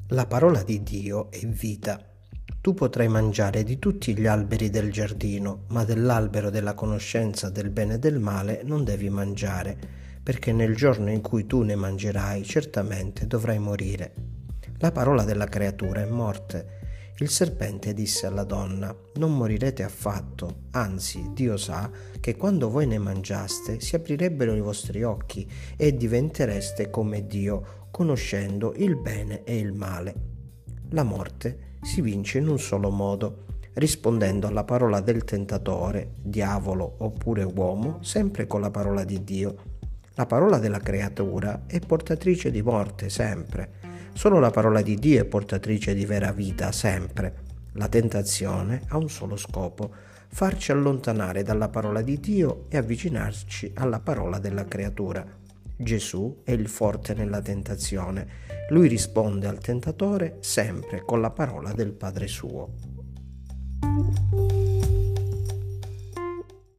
La parola di Dio è vita. Tu potrai mangiare di tutti gli alberi del giardino, ma dell'albero della conoscenza del bene e del male non devi mangiare, perché nel giorno in cui tu ne mangerai certamente dovrai morire. La parola della creatura è morte. Il serpente disse alla donna: non morirete affatto, anzi Dio sa che quando voi ne mangiaste si aprirebbero i vostri occhi e diventereste come Dio, conoscendo il bene e il male. La morte si vince in un solo modo, rispondendo alla parola del tentatore, diavolo oppure uomo, sempre con la parola di Dio. La parola della creatura è portatrice di morte sempre. Solo la parola di Dio è portatrice di vera vita sempre. La tentazione ha un solo scopo: farci allontanare dalla parola di Dio e avvicinarci alla parola della creatura. Gesù è il forte nella tentazione. Lui risponde al tentatore sempre con la parola del Padre suo.